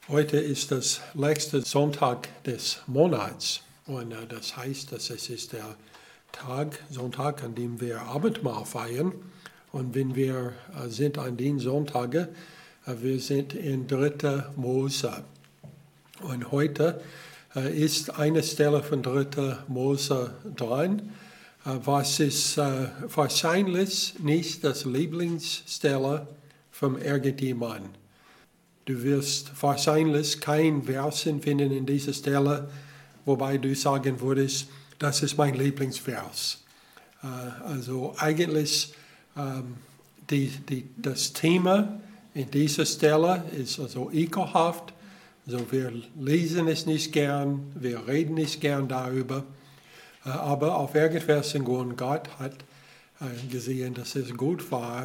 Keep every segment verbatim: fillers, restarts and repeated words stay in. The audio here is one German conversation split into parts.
Heute ist das letzte Sonntag des Monats und äh, das heißt, dass es ist der Tag, Sonntag, an dem wir Abendmahl feiern. Und wenn wir äh, sind an den Sonntagen, äh, wir sind in dritter Mose. Und heute äh, ist eine Stelle von dritter Mose dran, äh, was ist äh, wahrscheinlich nicht das Lieblingsstelle von irgendjemandem. Du wirst wahrscheinlich kein Versen finden in dieser Stelle, wobei du sagen würdest, das ist mein Lieblingsvers. Äh, also eigentlich ähm, die, die, das Thema in dieser Stelle ist also ekelhaft. Also wir lesen es nicht gern, wir reden nicht gern darüber. Äh, aber auf irgendwelchen Grund Gott hat äh, gesehen, dass es gut war,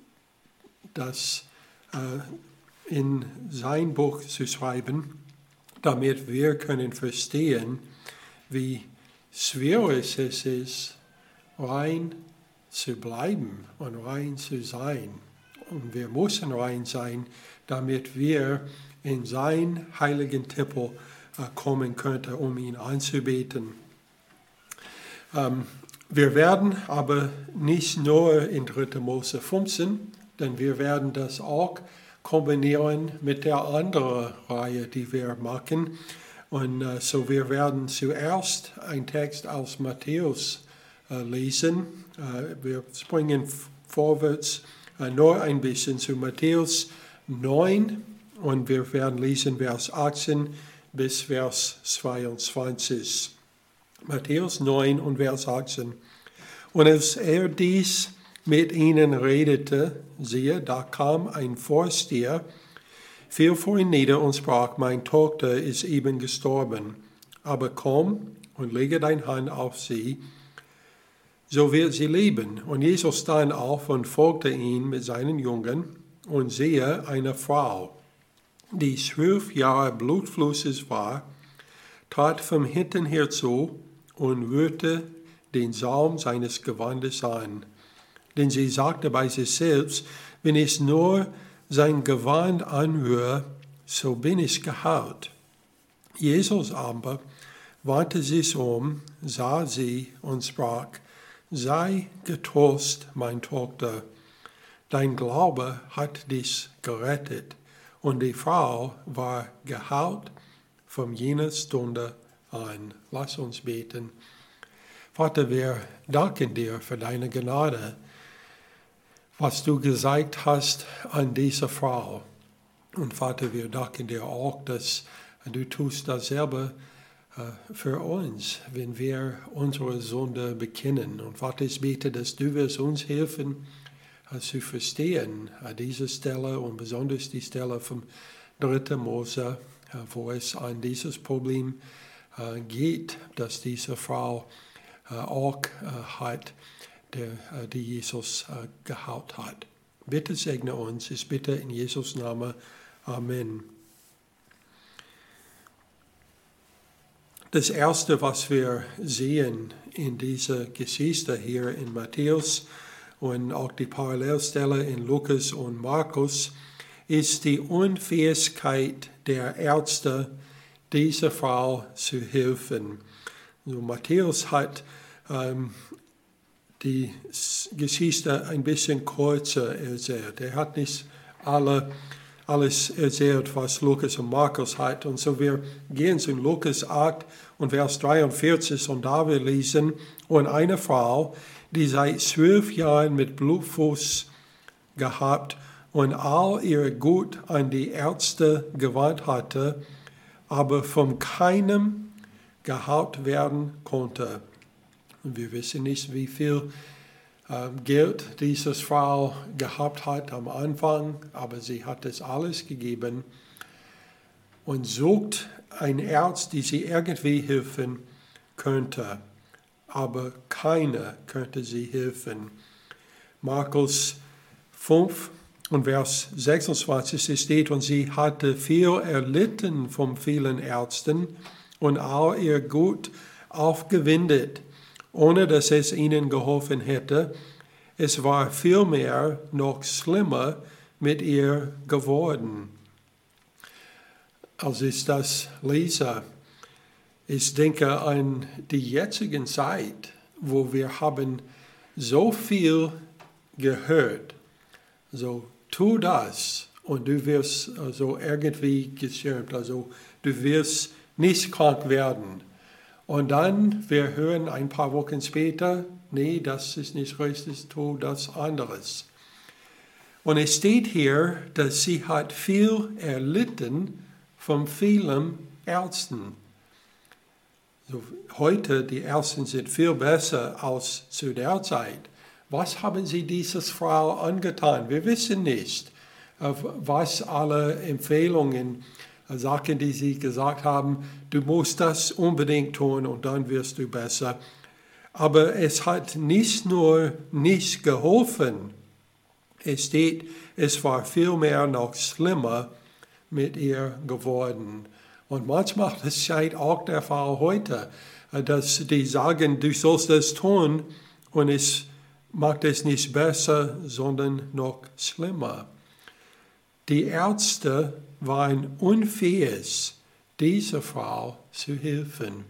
dass äh, in sein Buch zu schreiben, damit wir können verstehen, wie schwierig es ist, rein zu bleiben und rein zu sein. Und wir müssen rein sein, damit wir in sein heiligen Tempel äh, kommen könnten, um ihn anzubeten. Ähm, wir werden aber nicht nur in dritter Mose fünfzehn, denn wir werden das auch kombinieren mit der anderen Reihe, die wir machen. Und uh, so wir werden zuerst einen Text aus Matthäus uh, lesen. Uh, wir springen vorwärts uh, nur ein bisschen zu Matthäus neun und wir werden lesen Vers achtzehn bis Vers zweiundzwanzig. Matthäus neun und Vers achtzehn. Und als er dies mit ihnen redete, siehe, da kam ein Vorsteher, fiel vor ihn nieder und sprach, meine Tochter ist eben gestorben, aber komm und lege deine Hand auf sie, so wird sie leben. Und Jesus stand auf und folgte ihm mit seinen Jüngern, und siehe, eine Frau, die zwölf Jahre Blutflusses war, trat von hinten herzu und rührte den Saum seines Gewandes an. Denn sie sagte bei sich selbst, wenn ich nur sein Gewand anrühre, so bin ich geheilt. Jesus aber wandte sich um, sah sie und sprach, sei getrost, meine Tochter, dein Glaube hat dich gerettet. Und die Frau war geheilt von jener Stunde an. Lass uns beten. Vater, wir danken dir für deine Gnade, was du gesagt hast an diese Frau. Und Vater, wir danken dir auch, dass du tust dasselbe äh, für uns, wenn wir unsere Sünde bekennen. Und Vater, ich bete, dass du wirst uns helfen, äh, zu verstehen, äh, diese Stelle und besonders die Stelle vom dritten Mose, äh, wo es an dieses Problem äh, geht, dass diese Frau äh, auch äh, hat, Der, die Jesus äh, geheilt hat. Bitte segne uns, ich bitte in Jesus' Namen. Amen. Das Erste, was wir sehen in dieser Geschichte hier in Matthäus und auch die Parallelstelle in Lukas und Markus, ist die Unfähigkeit der Ärzte, dieser Frau zu helfen. Also Matthäus hat ähm, die Geschichte ein bisschen kürzer erzählt. Er hat nicht alle, alles erzählt, was Lukas und Markus hat. Und so wir gehen zu Lukas acht und Vers dreiundvierzig und da wir lesen, und eine Frau, die seit zwölf Jahren mit Blutfuß gehabt und all ihr Gut an die Ärzte gewandt hatte, aber von keinem geheilt werden konnte. Und wir wissen nicht, wie viel äh, Geld diese Frau gehabt hat am Anfang, aber sie hat es alles gegeben und sucht einen Arzt, der sie irgendwie helfen könnte. Aber keiner könnte sie helfen. Markus fünf und Vers sechsundzwanzig steht, und sie hatte viel erlitten von vielen Ärzten und all ihr Gut aufgewendet, ohne dass es ihnen geholfen hätte. Es war vielmehr noch schlimmer mit ihr geworden. als ich das lese, ich denke an die jetzige Zeit, wo wir haben so viel gehört. So, tu das und du wirst also irgendwie geschirmt, also du wirst nicht krank werden. Und dann, wir hören ein paar Wochen später, nee, das ist nicht richtig, tu das anderes. Und es steht hier, dass sie hat viel erlitten von vielen Ärzten. So, heute, die Ärzte sind viel besser als zu der Zeit. Was haben sie dieser Frau angetan? Wir wissen nicht, was alle Empfehlungen, Sachen, die sie gesagt haben, du musst das unbedingt tun und dann wirst du besser. Aber es hat nicht nur nicht geholfen, es steht, es war vielmehr noch schlimmer mit ihr geworden. Und manchmal das scheint auch der Fall heute, dass die sagen, du sollst das tun und es macht es nicht besser, sondern noch schlimmer. Die Ärzte waren unfähig, dieser Frau zu helfen.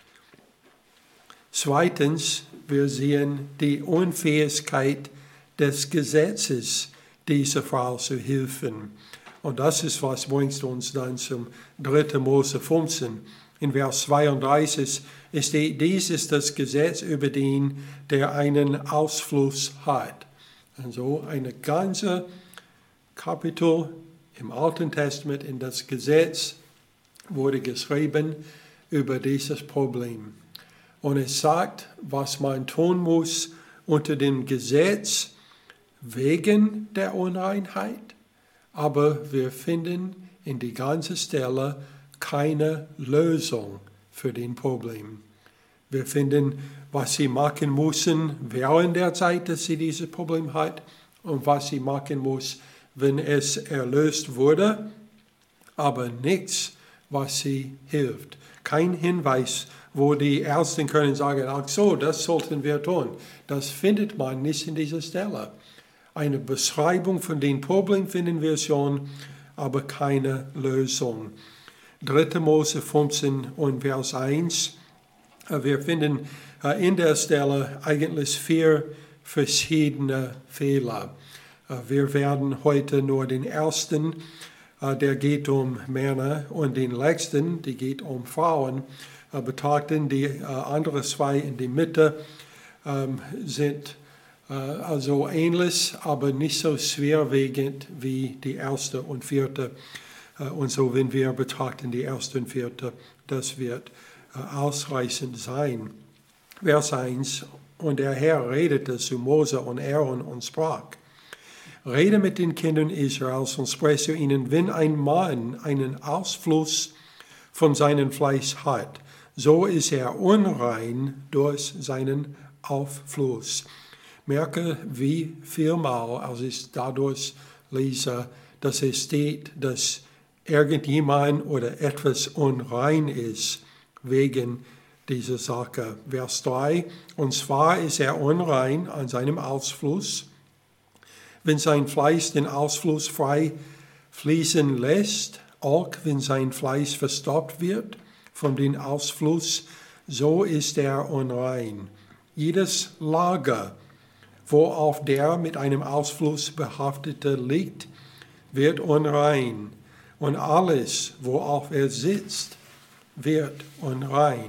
Zweitens, wir sehen die Unfähigkeit des Gesetzes, dieser Frau zu helfen. Und das ist, was bringt uns dann zum dritten Mose fünfzehn. In Vers zweiunddreißig steht, dies ist das Gesetz über den, der einen Ausfluss hat. Also eine ganze Kapitel im Alten Testament in das Gesetz wurde geschrieben über dieses Problem. Und es sagt, was man tun muss unter dem Gesetz wegen der Unreinheit. Aber wir finden in die ganze Stelle keine Lösung für das Problem. Wir finden, was sie machen müssen während der Zeit, dass sie dieses Problem hat und was sie machen muss, wenn es erlöst wurde, aber nichts, was sie hilft. Kein Hinweis, wo die Ärzte können sagen, ach so, das sollten wir tun. Das findet man nicht in dieser Stelle. Eine Beschreibung von dem Problem finden wir schon, aber keine Lösung. dritter Mose fünfzehn und Vers eins. Wir finden in der Stelle eigentlich vier verschiedene Fehler. Wir werden heute nur den ersten, der geht um Männer, und den letzten, der geht um Frauen, betrachten. Die anderen zwei in der Mitte sind also ähnlich, aber nicht so schwerwiegend wie die erste und vierte. Und so, wenn wir betrachten die erste und vierte, das wird ausreichend sein. Vers eins, und der Herr redete zu Mose und Aaron und sprach, rede mit den Kindern Israels und spreche ihnen, wenn ein Mann einen Ausfluss von seinem Fleisch hat, so ist er unrein durch seinen Auffluss. Merke, wie vielmal, als ich dadurch lese, dass es steht, dass irgendjemand oder etwas unrein ist wegen dieser Sache. Vers drei, und zwar ist er unrein an seinem Ausfluss, wenn sein Fleisch den Ausfluss frei fließen lässt, auch wenn sein Fleisch verstopft wird von dem Ausfluss, so ist er unrein. Jedes Lager, worauf der mit einem Ausfluss behaftete liegt, wird unrein. Und alles, worauf er sitzt, wird unrein.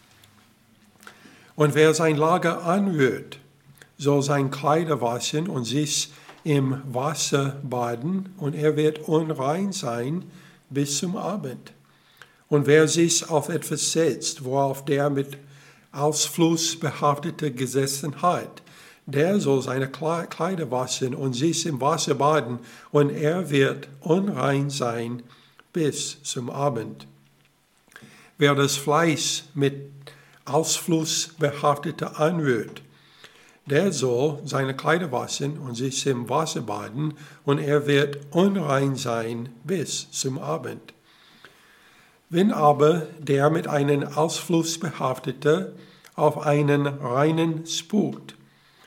Und wer sein Lager anrührt, soll sein Kleider waschen und sich im Wasser baden, und er wird unrein sein bis zum Abend. Und wer sich auf etwas setzt, worauf der mit Ausfluss behaftete gesessen hat, der soll seine Kleider waschen und sich im Wasser baden, und er wird unrein sein bis zum Abend. Wer das Fleisch mit Ausfluss behaftete anrührt, der soll seine Kleider waschen und sich im Wasser baden, und er wird unrein sein bis zum Abend. Wenn aber der mit einem Ausfluss behaftete auf einen reinen spukt,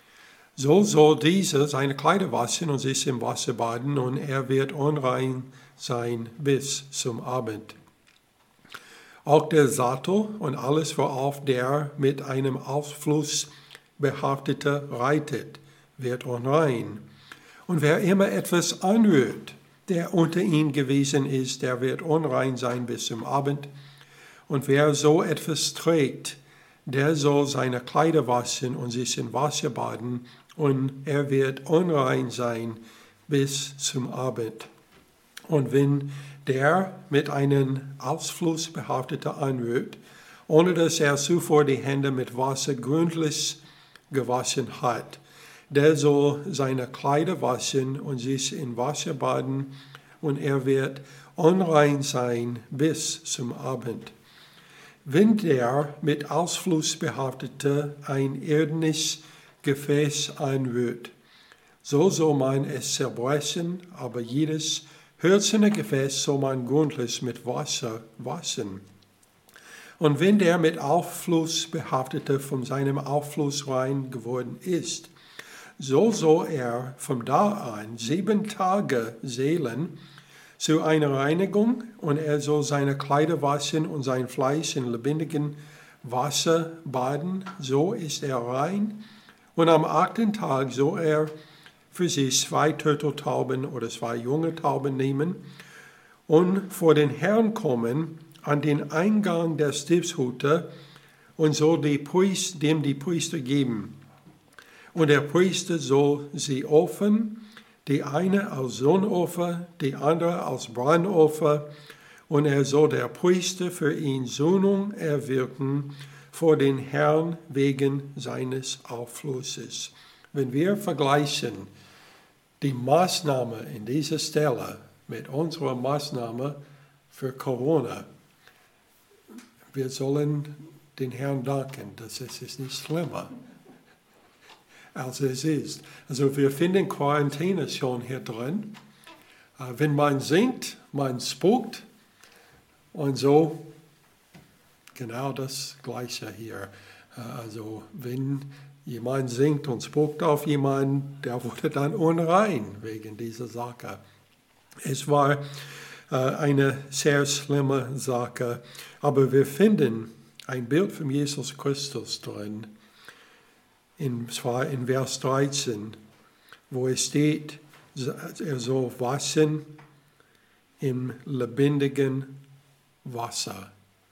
so soll dieser seine Kleider waschen und sich im Wasser baden, und er wird unrein sein bis zum Abend. Auch der Sattel und alles, worauf der mit einem Ausfluss behaftete reitet, wird unrein. Und wer immer etwas anrührt, der unter ihnen gewesen ist, der wird unrein sein bis zum Abend. Und wer so etwas trägt, der soll seine Kleider waschen und sich in Wasser baden, und er wird unrein sein bis zum Abend. Und wenn der mit einem Ausfluss behaftete anrührt, ohne dass er zuvor die Hände mit Wasser gründlich gewaschen hat, der soll seine Kleider waschen und sich in Wasser baden, und er wird unrein sein bis zum Abend. Wenn der mit Ausfluss behaftete ein irdisches Gefäß anrührt, so soll man es zerbrechen, aber jedes hölzerne Gefäß soll man gründlich mit Wasser waschen. Und wenn der mit Auffluss behaftete von seinem Auffluss rein geworden ist, so soll er von da an sieben Tage zählen zu einer Reinigung, und er soll seine Kleider waschen und sein Fleisch in lebendigem Wasser baden, so ist er rein. Und am achten Tag soll er für sich zwei Turteltauben oder zwei junge Tauben nehmen und vor den Herrn kommen an den Eingang der Stiftshütte und soll die Priest, dem die Priester geben. Und der Priester soll sie opfern, die eine als Sündopfer, die andere als Brandopfer, und er soll der Priester für ihn Sühnung erwirken vor den Herrn wegen seines Aufflusses. Wenn wir vergleichen die Maßnahme in dieser Stelle mit unserer Maßnahme für Corona, wir sollen den Herrn danken, dass es ist nicht schlimmer als es ist. Also wir finden Quarantäne schon hier drin. Wenn man singt, man spukt, und so genau das Gleiche hier. Also wenn jemand singt und spuckt auf jemanden, der wurde dann unrein wegen dieser Sache. Es war äh, eine sehr schlimme Sache, aber wir finden ein Bild von Jesus Christus drin, in, zwar in Vers dreizehn, wo es steht, er soll waschen im lebendigen Wasser.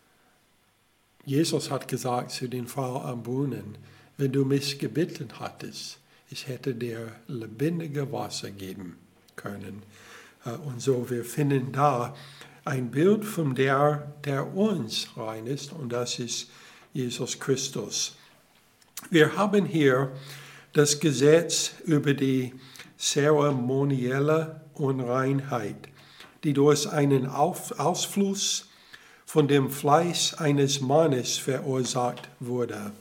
Jesus hat gesagt zu den Frau am Brunnen, wenn du mich gebeten hattest, ich hätte dir lebendige Wasser geben können. Und so, wir finden da ein Bild von der, der uns rein ist, und das ist Jesus Christus. Wir haben hier das Gesetz über die zeremonielle Unreinheit, die durch einen Ausfluss von dem Fleisch eines Mannes verursacht wurde.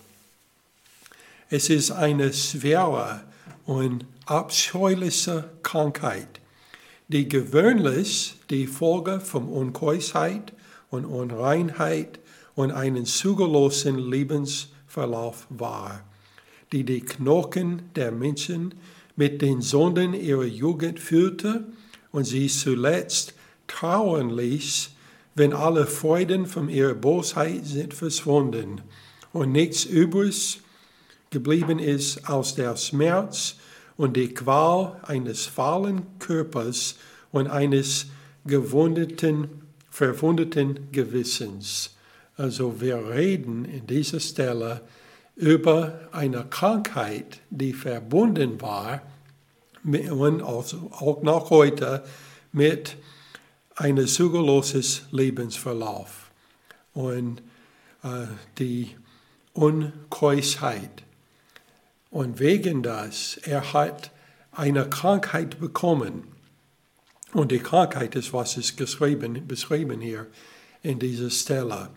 Es ist eine schwere und abscheuliche Krankheit, die gewöhnlich die Folge von Unkeuschheit und Unreinheit und einen zügellosen Lebensverlauf war, die die Knochen der Menschen mit den Sünden ihrer Jugend füllte und sie zuletzt trauern ließ, wenn alle Freuden von ihrer Bosheit sind verschwunden und nichts übrig geblieben ist als der Schmerz und die Qual eines fahlen Körpers und eines gewundeten, verwundeten Gewissens. Also wir reden in dieser Stelle über eine Krankheit, die verbunden war und auch noch heute mit einem zügellosen Lebensverlauf und äh, die Unkeuschheit. Und wegen das, er hat eine Krankheit bekommen. Und die Krankheit ist, was ist geschrieben, beschrieben hier in dieser Stelle.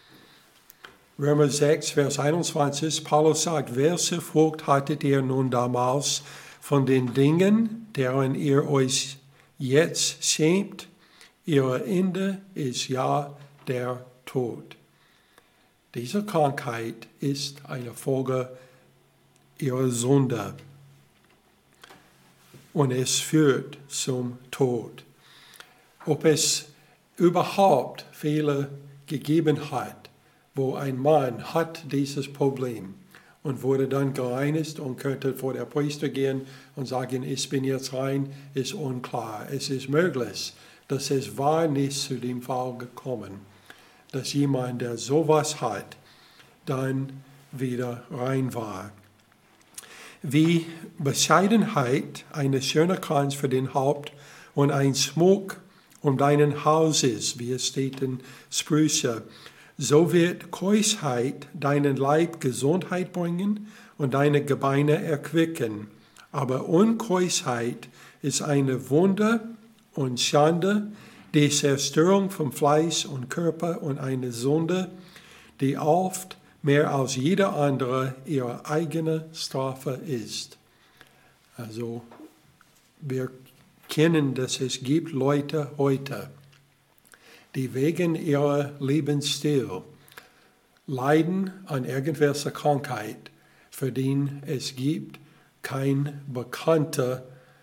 Römer sechs, Vers einundzwanzig, Paulus sagt, welche Frucht hattet ihr nun damals von den Dingen, deren ihr euch jetzt schämt? Ihr Ende ist ja der Tod. Diese Krankheit ist eine Folge ihrer Sünde und es führt zum Tod. ob es überhaupt Fälle gegeben hat, wo ein Mann hat dieses Problem und wurde dann gereinigt und könnte vor der Priester gehen und sagen, ich bin jetzt rein, ist unklar. Es ist möglich, dass es war nicht zu dem Fall gekommen, dass jemand, der sowas hat, dann wieder rein war. Wie Bescheidenheit eine schöne Kranz für den Haupt und ein Schmuck um deinen Hals ist, wie es steht in Sprüche, so wird Keuschheit deinen Leib Gesundheit bringen und deine Gebeine erquicken. Aber Unkeuschheit ist eine Wunde und Schande, die Zerstörung vom Fleisch und Körper und eine Sünde, die oft mehr als jede andere ihre eigene Strafe ist. Also wir kennen, dass es gibt Leute heute, die wegen ihrer Lebensstil leiden an irgendwelcher Krankheit, für die es gibt keine bekannte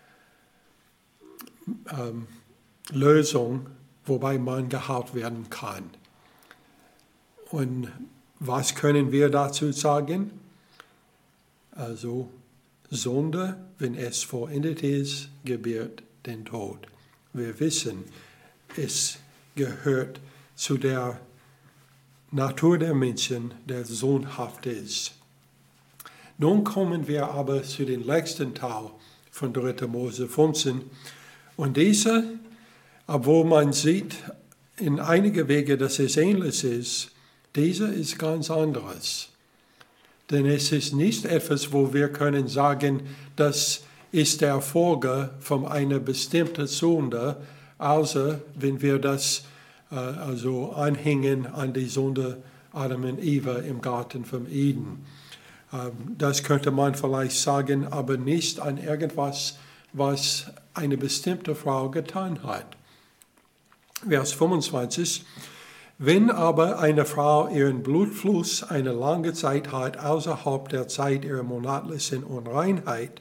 ähm, Lösung, wobei man geheilt werden kann. Und was können wir dazu sagen? Also Sünde, wenn es vollendet ist, gebiert den Tod. Wir wissen, es gehört zu der Natur der Menschen, der sündhaft ist. Nun kommen wir aber zu dem letzten Teil von dritter Mose fünfzehn. Und dieser, obwohl man sieht in einigen Wegen, dass es ähnlich ist, dieser ist ganz anderes. Denn es ist nicht etwas, wo wir können sagen, das ist der Folge von einer bestimmten Sünde, außer wenn wir das äh, also anhängen an die Sünde Adam und Eva im Garten von Eden. Ähm, das könnte man vielleicht sagen, aber nicht an irgendwas, was eine bestimmte Frau getan hat. Vers fünfundzwanzig. Wenn aber eine Frau ihren Blutfluss eine lange Zeit hat, außerhalb der Zeit ihrer monatlichen Unreinheit,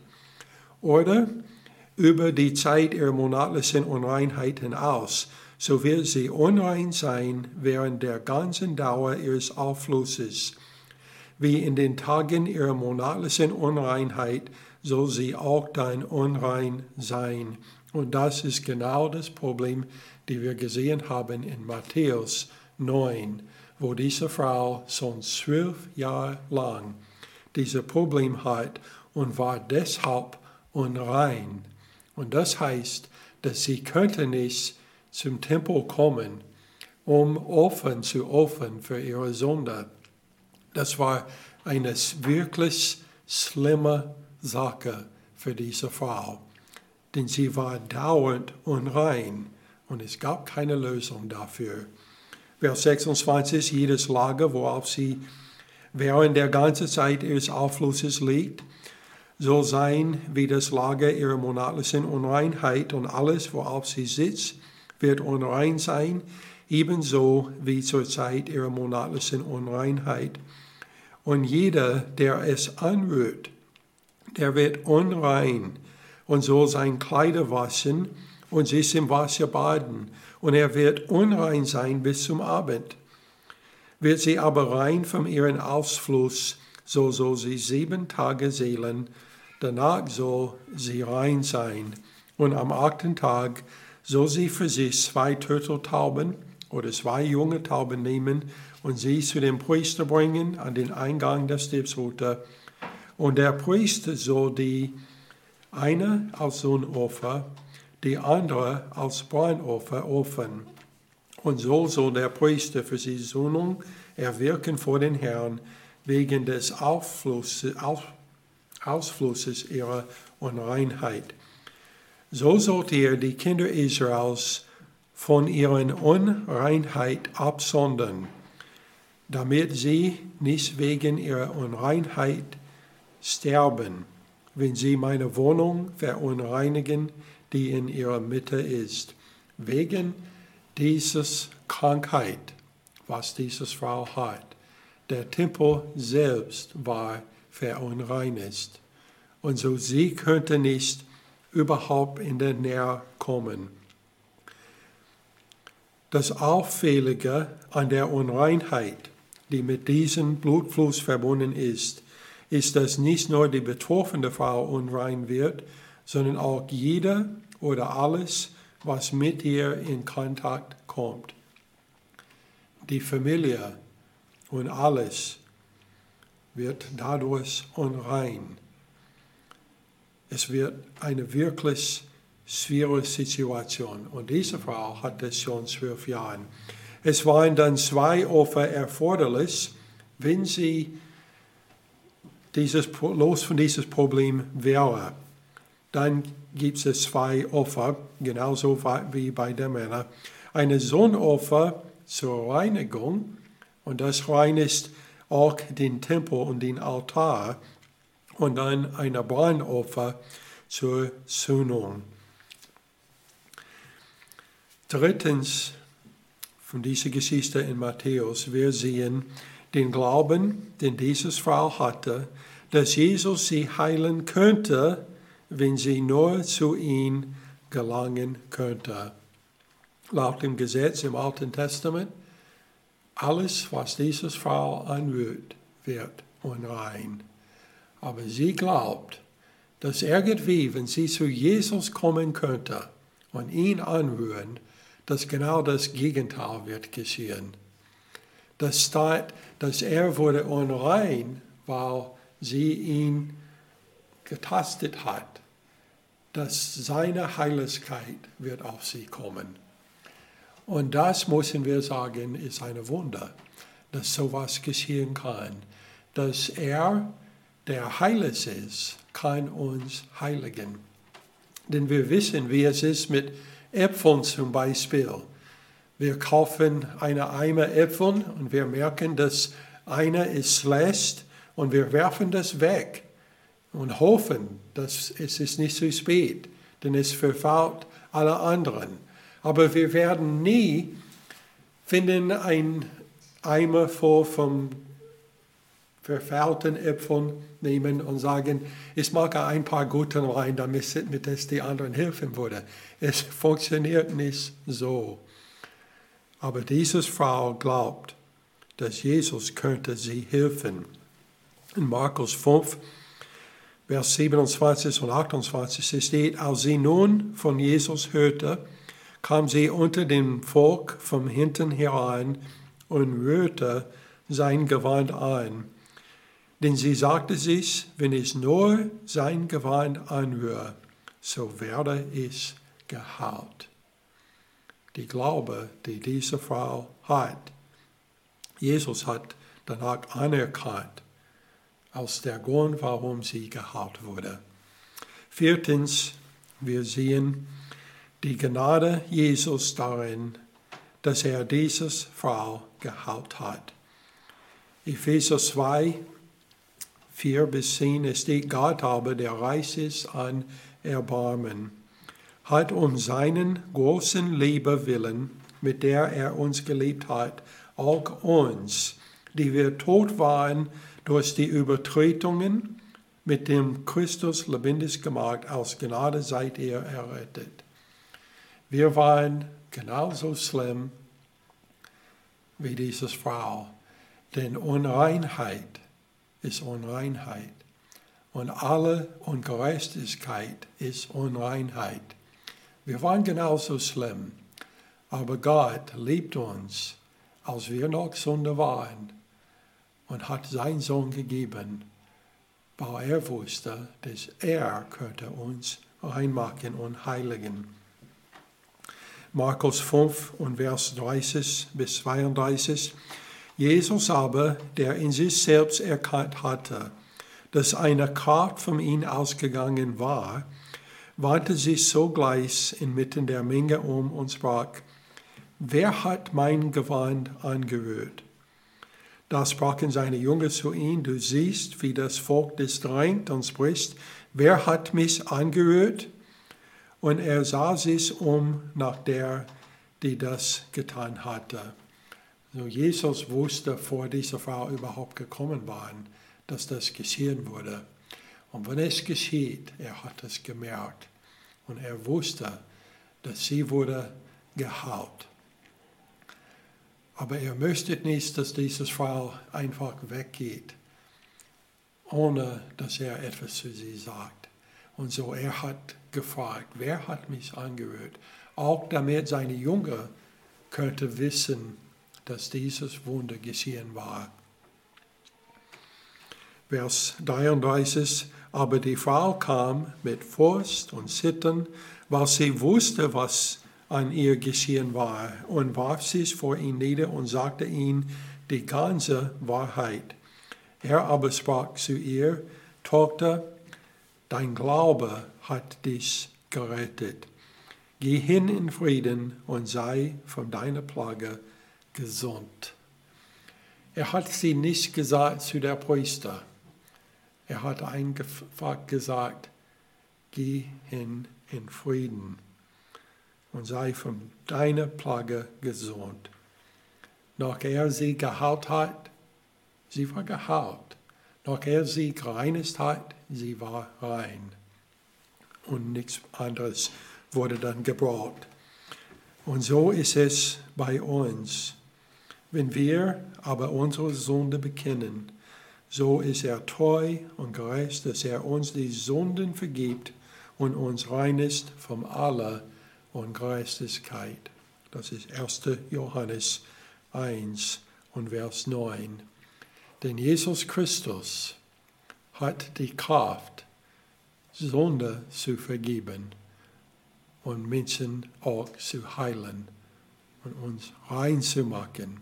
oder über die Zeit ihrer monatlichen Unreinheit hinaus, so wird sie unrein sein während der ganzen Dauer ihres Aufflusses. Wie in den Tagen ihrer monatlichen Unreinheit soll sie auch dann unrein sein. Und das ist genau das Problem, das wir gesehen haben in Matthäus neun, wo diese Frau schon zwölf Jahre lang dieses Problem hat und war deshalb unrein. Und das heißt, dass sie könnte nicht zum Tempel kommen, um offen zu opfern für ihre Sünde. Das war eine wirklich schlimme Sache für diese Frau, denn sie war dauernd unrein und es gab keine Lösung dafür. Vers sechsundzwanzig, jedes Lager, worauf sie während der ganzen Zeit ihres Aufflusses liegt, soll sein wie das Lager ihrer monatlichen Unreinheit, und alles, worauf sie sitzt, wird unrein sein, ebenso wie zur Zeit ihrer monatlichen Unreinheit. Und jeder, der es anrührt, der wird unrein und soll sein Kleider waschen und sich im Wasser baden, und er wird unrein sein bis zum Abend. Wird sie aber rein von ihrem Ausfluss, so soll sie sieben Tage seelen, danach soll sie rein sein. Und am achten Tag soll sie für sich zwei Turteltauben oder zwei junge Tauben nehmen und sie zu dem Priester bringen an den Eingang der Stiftshütte. Und der Priester soll die eine als Sündopfer, die andere als Brandopfer opfern. Und so soll der Priester für sie Sühnung erwirken vor den Herrn, wegen des Ausflusses, Ausflusses ihrer Unreinheit. So sollte er die Kinder Israels von ihrer Unreinheit absondern, damit sie nicht wegen ihrer Unreinheit sterben, wenn sie meine Wohnung verunreinigen, die in ihrer Mitte ist, wegen dieses Krankheit, was diese Frau hat. Der Tempel selbst war verunreinigt. Und so sie könnte nicht überhaupt in der Nähe kommen. Das Auffällige an der Unreinheit, die mit diesem Blutfluss verbunden ist, ist, dass nicht nur die betroffene Frau unrein wird, sondern auch jeder oder alles, was mit ihr in Kontakt kommt. Die Familie und alles wird dadurch unrein. Es wird eine wirklich schwierige Situation. Und diese Frau hatte schon zwölf Jahre. Es waren dann zwei Opfer erforderlich, wenn sie dieses, los von diesem Problem wäre. Dann gibt es zwei Opfer, genauso wie bei den Männern. Eine Sohnopfer zur Reinigung, und das reinigt auch den Tempel und den Altar, und dann ein Brandopfer zur Sühnung. Drittens, von dieser Geschichte in Matthäus, wir sehen den Glauben, den diese Frau hatte, dass Jesus sie heilen könnte, wenn sie nur zu ihm gelangen könnte. Laut dem Gesetz im Alten Testament, alles, was diese Frau anrührt, wird unrein. Aber sie glaubt, dass irgendwie, wenn sie zu Jesus kommen könnte und ihn anrühren, dass genau das Gegenteil wird geschehen. Das steht, dass er wurde unrein, weil sie ihn getastet hat, dass seine Heiligkeit wird auf sie kommen. Und das, müssen wir sagen, ist ein Wunder, dass sowas geschehen kann, dass er, der heilig ist, kann uns heiligen. Denn wir wissen, wie es ist mit Äpfeln zum Beispiel. Wir kaufen eine Eimer Äpfel und wir merken, dass einer ist schlecht und wir werfen das weg und hoffen, dass es ist nicht zu spät, denn es verfällt alle anderen. Aber wir werden nie finden einen Eimer voll von verfaulten Äpfeln nehmen und sagen, ich mag ein paar guten rein, damit es die anderen helfen würde. Es funktioniert nicht so. Aber diese Frau glaubt, dass Jesus könnte sie helfen. In Markus fünf, Vers siebenundzwanzig und achtundzwanzig steht, als sie nun von Jesus hörte, kam sie unter dem Volk von hinten herein und rührte sein Gewand an. Denn sie sagte sich, wenn ich nur sein Gewand anrühre, so werde ich geheilt. Die Glaube, die diese Frau hat, Jesus hat danach anerkannt, als der Grund, warum sie geheilt wurde. Viertens, wir sehen die Gnade Jesus darin, dass er diese Frau geheilt hat. Epheser zwei, vier bis zehn steht, Gott aber, der reich ist an Erbarmen, hat um seinen großen Liebe willen, mit der er uns geliebt hat, auch uns, die wir tot waren durch die Übertretungen, mit dem Christus lebendig gemacht, aus Gnade seid ihr errettet. Wir waren genauso schlimm wie diese Frau, denn Unreinheit ist Unreinheit und alle Ungerechtigkeit ist Unreinheit. Wir waren genauso schlimm, aber Gott liebt uns, als wir noch Sünder waren, und hat seinen Sohn gegeben, weil er wusste, dass er könnte uns reinmachen und heiligen. Markus fünf und Vers dreißig bis zweiunddreißig. Jesus aber, der in sich selbst erkannt hatte, dass eine Kraft von ihm ausgegangen war, wandte sich sogleich inmitten der Menge um und sprach, wer hat mein Gewand angerührt? Da sprachen seine Jünger zu ihm, du siehst, wie das Volk dich drängt und spricht, wer hat mich angerührt? Und er sah sich um nach der, die das getan hatte. Also Jesus wusste, vor dieser Frau überhaupt gekommen waren, dass das geschehen würde. Und wenn es geschieht, er hat es gemerkt. Und er wusste, dass sie wurde geheilt. Aber er möchte nicht, dass diese Frau einfach weggeht, ohne dass er etwas zu sie sagt. Und so, er hat gefragt, wer hat mich angerührt? Auch damit seine Jünger könnte wissen, dass dieses Wunder geschehen war. Vers dreiunddreißig, aber die Frau kam mit Furcht und Zittern, weil sie wusste, was an ihr geschehen war, und warf sich vor ihn nieder und sagte ihm die ganze Wahrheit. Er aber sprach zu ihr, Tochter, dein Glaube hat dich gerettet. Geh hin in Frieden und sei von deiner Plage gesund. Er hat sie nicht gesagt zu der Priester. Er hat einfach gesagt, geh hin in Frieden und sei von deiner Plage gesund. Noch er sie geheilt hat, sie war geheilt. Noch er sie gereinigt hat, sie war rein. Und nichts anderes wurde dann gebraucht. Und so ist es bei uns. Wenn wir aber unsere Sünde bekennen, so ist er treu und gerecht, dass er uns die Sünden vergibt und uns reinigt von aller Ungerechtigkeit. Das ist erster Johannes eins und Vers neun. Denn Jesus Christus hat die Kraft, Sünde zu vergeben und Menschen auch zu heilen und uns rein zu machen.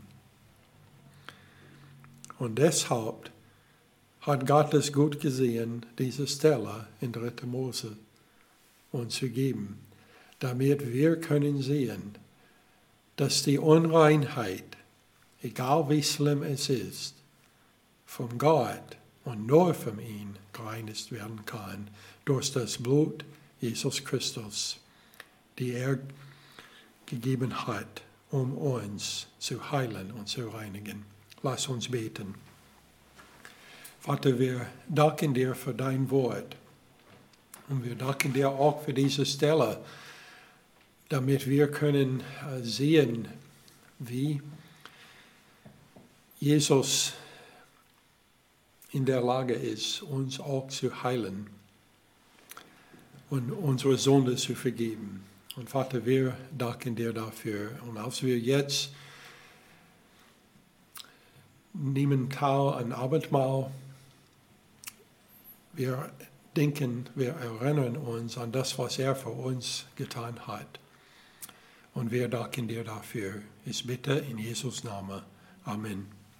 Und deshalb hat Gott es gut gesehen, diese Stelle in dritter Mose uns zu geben, damit wir können sehen, dass die Unreinheit, egal wie schlimm es ist, von Gott und nur von ihm gereinigt werden kann, durch das Blut Jesus Christus, die er gegeben hat, um uns zu heilen und zu reinigen. Lass uns beten. Vater, wir danken dir für dein Wort. Und wir danken dir auch für diese Stelle, damit wir können sehen, wie Jesus in der Lage ist, uns auch zu heilen und unsere Sünde zu vergeben. Und Vater, wir danken dir dafür. Und als wir jetzt nehmen teil an Abendmahl, wir denken, wir erinnern uns an das, was er für uns getan hat. Und wir danken dir dafür. Ich bitte in Jesus' Namen. Amen.